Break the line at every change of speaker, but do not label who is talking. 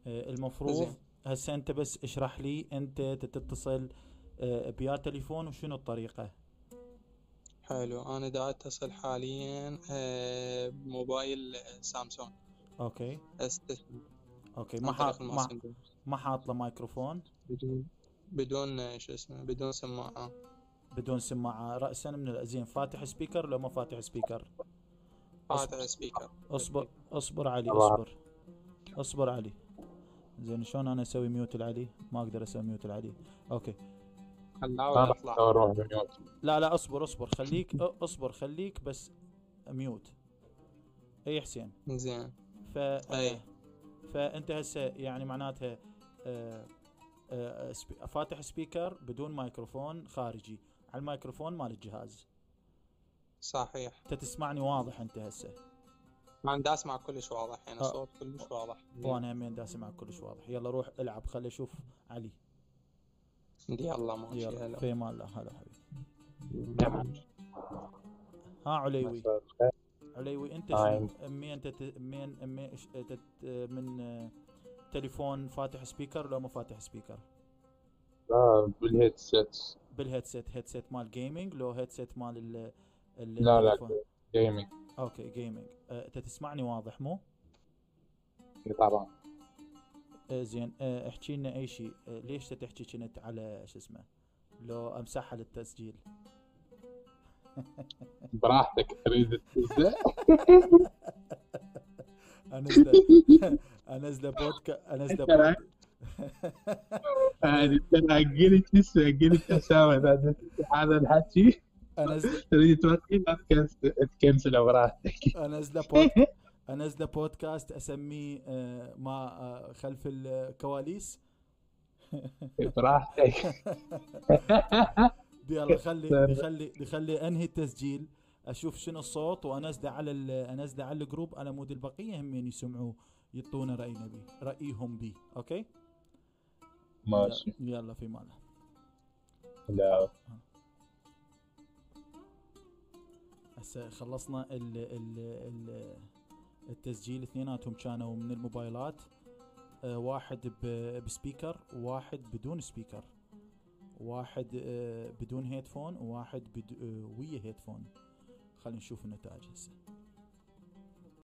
المفروض
زين.
هسه انت بس اشرح لي انت تتصل بيا تليفون وشنو الطريقة.
حلو، انا دا اتصل حاليا بموبايل سامسونج
اوكي.
S9
اوكي،
عن طريق الماسنجر.
ما حاط له مايكروفون.
بدون شو اسمه، بدون سماعة.
بدون سماعة رأسا من الأزين، فاتح سبيكر لو ما فاتح سبيكر؟ اصبر
فاتح سبيكر.
اصبر علي،
طبعا.
اصبر علي. زين شلون انا اسوي ميوت العلي؟ ما اقدر اسوي ميوت العلي. اوكي.
خلاوي
ما راح
يطلع.
اروح بميوت.
لا اصبر خليك خليك بس ميوت. اي حسين.
زين.
ف
اي.
فانت هسه يعني معناتها فاتح سبيكر بدون مايكروفون خارجي على الميكروفون مال الجهاز.
صحيح.
انت تسمعني واضح انت هسه؟
انا دا اسمع كلش واضح، يعني الصوت كلش واضح.
وانا همين دا اسمع كلش واضح. يلا روح العب، خلي اشوف علي.
يلا ماشي.
يلا
هلا.
في امان الله. هلا حبيبي. ها عليوي.
مساء الخير.
عليوي انت
هاي.
شنو امي انت من تليفون فاتح سبيكر لو ما فاتح سبيكر؟
لا بالهيدسيت.
هيدسيت مال جيمنج لو هيدسيت مال
لا
التليفون؟
جيمنج.
اوكي جيمنج. انت تسمعني واضح مو؟
طبعا.
زين. احكي لنا اي شيء. ليش تحكي كنت على شو اسمه لو امسحها للتسجيل؟
براحتك تريد تنزل.
انزله بودكاست
هذه قلت اسمه، قلت اسامه هذا الحكي. تريد توكل تكنسل براحتك.
انزله بودكاست اسميه ما خلف الكواليس.
براحتك.
يلا خلي انهي التسجيل، اشوف شنو الصوت وانزله على الجروب على مود البقيه همين يسمعوا يعطونا رايهم بي. اوكي
ماشي.
يلا في ماله.
لا
هسه خلصنا التسجيل. اثنيناتهم كانوا من الموبايلات، واحد بسبيكر وواحد بدون سبيكر، واحد بدون هيدفون وواحد ويا هيدفون. خلينا نشوف النتائج هسه.